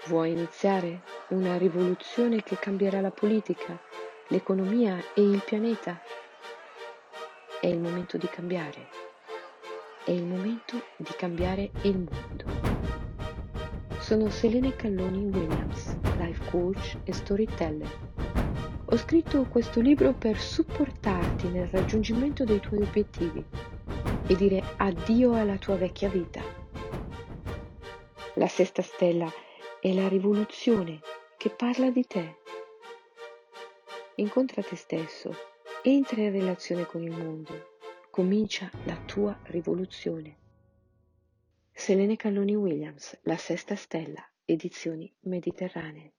Vuoi iniziare una rivoluzione che cambierà la politica, l'economia e il pianeta? È il momento di cambiare. È il momento di cambiare il mondo. Sono Selene Calloni Williams, life coach e storyteller. Ho scritto questo libro per supportarti nel raggiungimento dei tuoi obiettivi e dire addio alla tua vecchia vita. La sesta stella è la rivoluzione che parla di te. Incontra te stesso, entra in relazione con il mondo, comincia la tua rivoluzione. Selene Calloni Williams, La sesta stella, edizioni mediterranee.